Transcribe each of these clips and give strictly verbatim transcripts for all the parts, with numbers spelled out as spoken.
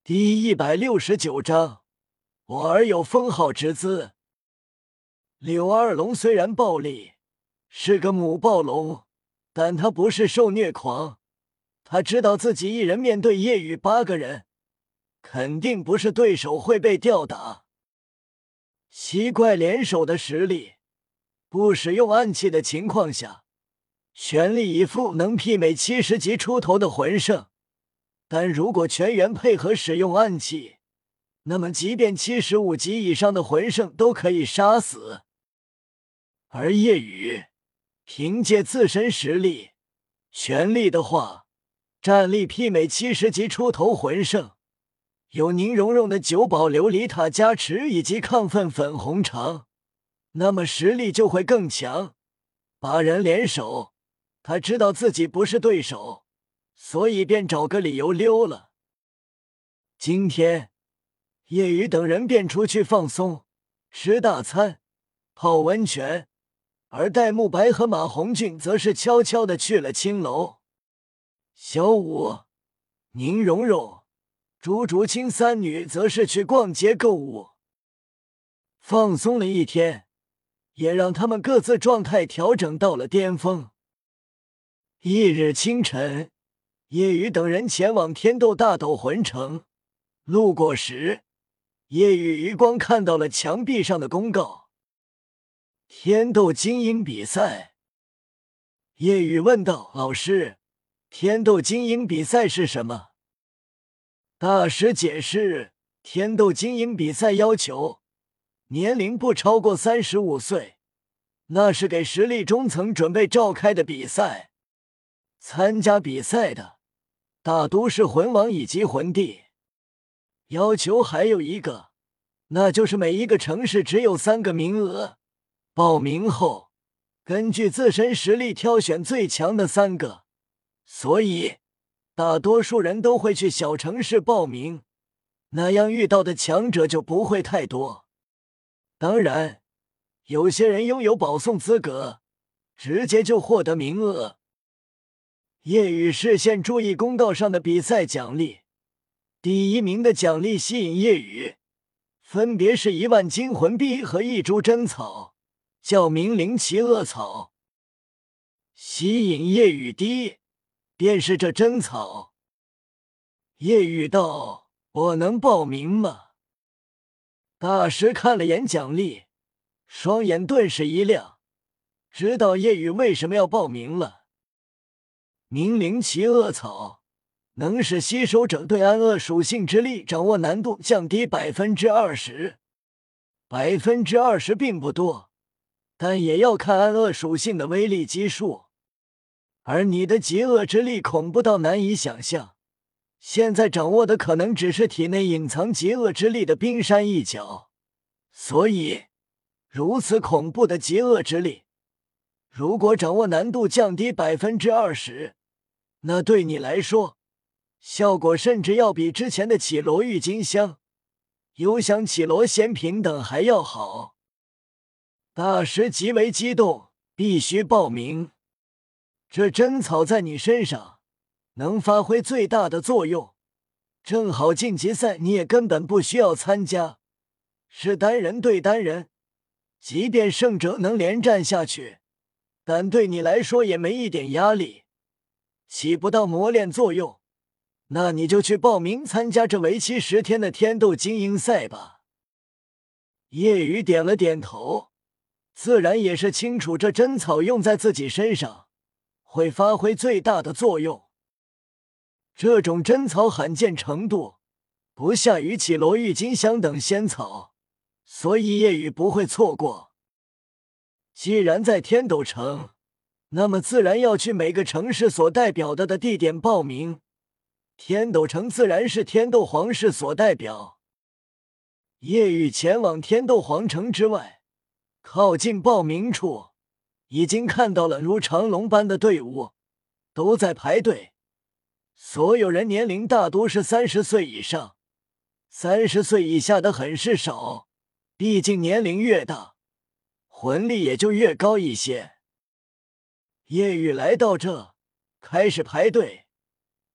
第一百六十九章，我儿有封号之资。柳二龙虽然暴力，是个母暴龙，但他不是受虐狂。他知道自己一人面对夜雨八个人，肯定不是对手，会被吊打。七怪联手的实力，不使用暗器的情况下，全力以赴能媲美七十级出头的魂圣。但如果全员配合使用暗器，那么即便七十五级以上的魂圣都可以杀死。而夜雨凭借自身实力，全力的话，战力媲美七十级出头魂圣。有宁荣荣的九宝琉璃塔加持以及亢奋粉红肠，那么实力就会更强。八人联手，他知道自己不是对手，所以便找个理由溜了。今天，叶雨等人便出去放松，吃大餐，泡温泉，而戴沐白和马红俊则是悄悄地去了青楼。小舞、宁荣荣、朱竹清三女则是去逛街购物。放松了一天，也让他们各自状态调整到了巅峰。翌日清晨，叶雨等人前往天斗大斗魂城，路过时，叶雨余光看到了墙壁上的公告：天斗精英比赛。叶雨问道：老师，天斗精英比赛是什么？大师解释，天斗精英比赛要求年龄不超过三十五岁，那是给实力中层准备召开的比赛。参加比赛的大都是魂王以及魂帝。要求还有一个，那就是每一个城市只有三个名额，报名后根据自身实力挑选最强的三个，所以大多数人都会去小城市报名，那样遇到的强者就不会太多。当然，有些人拥有保送资格，直接就获得名额。叶雨视线注意公告上的比赛奖励，第一名的奖励吸引叶雨，分别是一万金魂币和一株真草，叫明灵奇恶草。吸引叶雨第便是这真草。叶雨道：我能报名吗？大师看了眼奖励，双眼顿时一亮，知道叶雨为什么要报名了。明灵奇恶草能使吸收者对暗恶属性之力掌握难度降低 百分之二十， 百分之二十 并不多，但也要看暗恶属性的威力基数。而你的极恶之力恐怖到难以想象，现在掌握的可能只是体内隐藏极恶之力的冰山一角，所以如此恐怖的极恶之力，如果掌握难度降低 百分之二十， 那对你来说效果甚至要比之前的绮罗郁金香、幽香绮罗仙品等还要好。大师极为激动，必须报名。这真草在你身上能发挥最大的作用，正好晋级赛你也根本不需要参加，是单人对单人，即便胜者能连战下去，但对你来说也没一点压力，起不到磨练作用，那你就去报名参加这为期十天的天斗精英赛吧。叶雨点了点头，自然也是清楚这真草用在自己身上会发挥最大的作用。这种真草罕见程度不下于绮罗郁金香等仙草，所以叶雨不会错过。既然在天斗城，那么自然要去每个城市所代表的的地点报名。天斗城自然是天斗皇室所代表。叶雨前往天斗皇城之外，靠近报名处，已经看到了如长龙般的队伍，都在排队。所有人年龄大多是三十岁以上，三十岁以下的很是少，毕竟年龄越大，魂力也就越高一些。叶雨来到这，开始排队。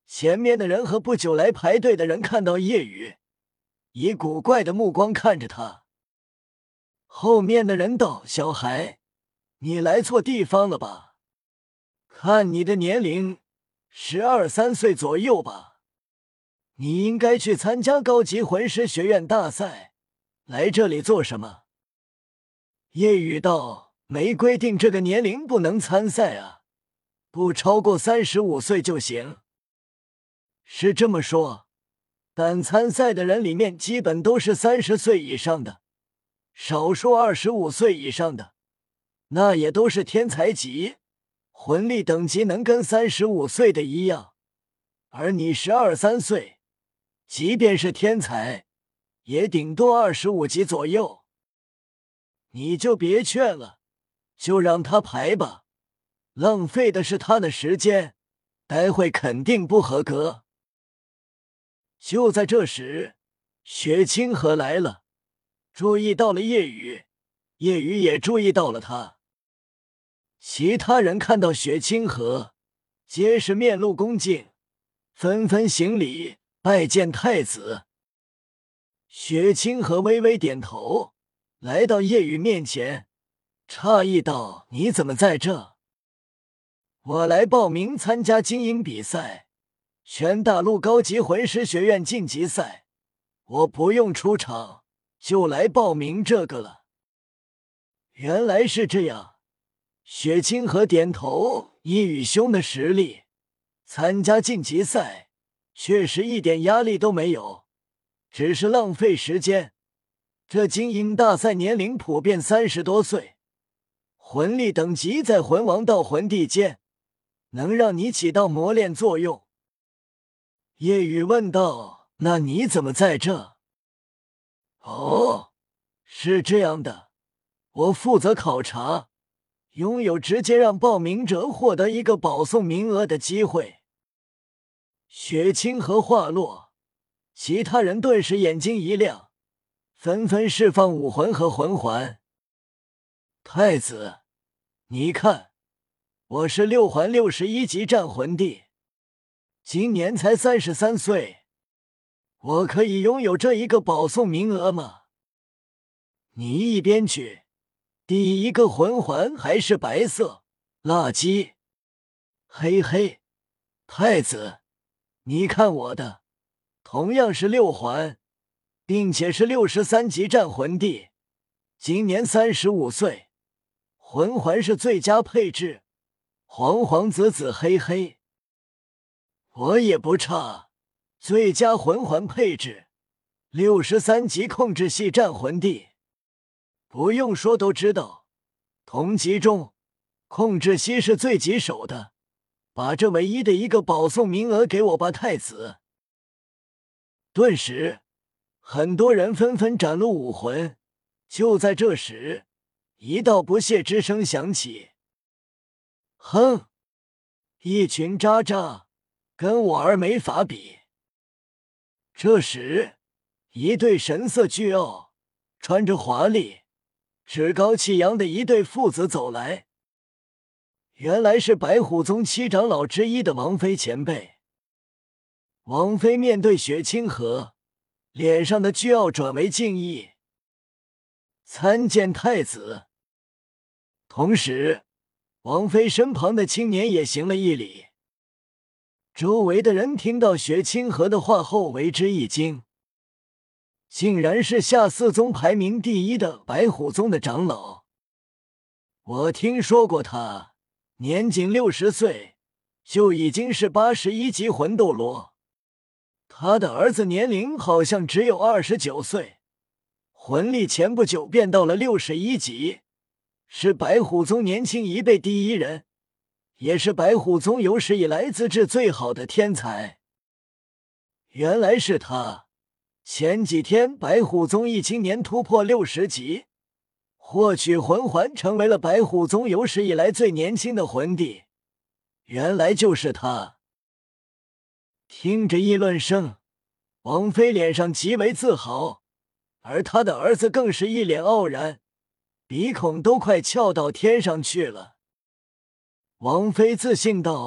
前面的人和不久来排队的人看到叶雨，以古怪的目光看着他。后面的人道：“小孩，你来错地方了吧？看你的年龄，十二三岁左右吧。你应该去参加高级魂师学院大赛，来这里做什么？”叶雨道：“没规定这个年龄不能参赛啊，不超过三十五岁就行。”是这么说，但参赛的人里面基本都是三十岁以上的，少数二十五岁以上的，那也都是天才级，魂力等级能跟三十五岁的一样。而你十二三岁，即便是天才，也顶多二十五级左右。你就别劝了，就让他排吧，浪费的是他的时间，待会肯定不合格。就在这时，雪清河来了，注意到了叶雨，叶雨也注意到了他。其他人看到雪清河，皆是面露恭敬，纷纷行礼，拜见太子。雪清河微微点头，来到叶雨面前，诧异道：“你怎么在这？”“我来报名参加精英比赛，全大陆高级魂师学院晋级赛，我不用出场，就来报名这个了。”原来是这样。雪清河点头，以雨兄的实力，参加晋级赛确实一点压力都没有，只是浪费时间。这精英大赛年龄普遍三十多岁，魂力等级在魂王到魂帝间，能让你起到磨练作用。叶雨问道：“那你怎么在这？”“哦，是这样的，我负责考察，拥有直接让报名者获得一个保送名额的机会。”雪清河话落，其他人顿时眼睛一亮，纷纷释放武魂和魂环。“太子，你看，我是六环六十一级战魂帝，今年才三十三岁，我可以拥有这一个保送名额吗？你一边去，第一个魂环还是白色垃圾。嘿嘿，太子，你看我的，同样是六环，并且是六十三级战魂帝，今年三十五岁，魂环是最佳配置，黄黄紫紫黑黑。我也不差，最佳魂环配置，六十三级控制系战魂帝。不用说都知道，同级中控制系是最棘手的，把这唯一的一个保送名额给我吧，太子。”顿时很多人纷纷展露武魂。就在这时，一道不屑之声响起：“哼，一群渣渣，跟我儿没法比。”这时，一对神色倨傲、穿着华丽、趾高气扬的一对父子走来。原来是白虎宗七长老之一的王妃前辈。王妃面对雪清河，脸上的倨傲转为敬意。“参见太子。”同时，王妃身旁的青年也行了一礼。周围的人听到雪清河的话后为之一惊，竟然是下四宗排名第一的白虎宗的长老。我听说过他，年仅六十岁就已经是八十一级魂斗罗。他的儿子年龄好像只有二十九岁，魂力前不久便到了六十一级，是白虎宗年轻一辈第一人，也是白虎宗有史以来资质最好的天才。原来是他！前几天白虎宗一青年突破六十级，获取魂环，成为了白虎宗有史以来最年轻的魂帝。原来就是他！听着议论声，王妃脸上极为自豪，而他的儿子更是一脸傲然，鼻孔都快翘到天上去了。王妃自信道：“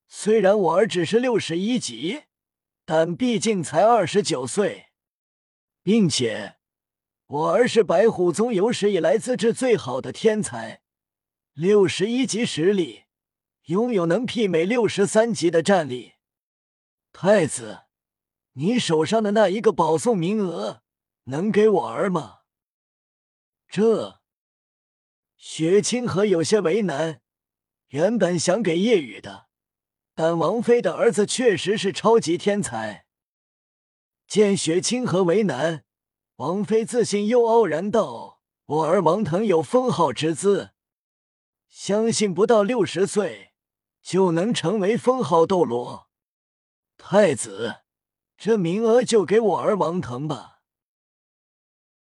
虽然我儿只是六十一级，但毕竟才二十九岁，并且我儿是白虎宗有史以来资质最好的天才，六十一级实力，拥有能媲美六十三级的战力。太子，你手上的那一个保送名额，能给我儿吗？这……雪清河有些为难，原本想给叶雨的，但王妃的儿子确实是超级天才。见雪清河为难，王妃自信又傲然道：“我儿王腾有封号之资，相信不到六十岁就能成为封号斗罗。太子，这名额就给我儿王腾吧。”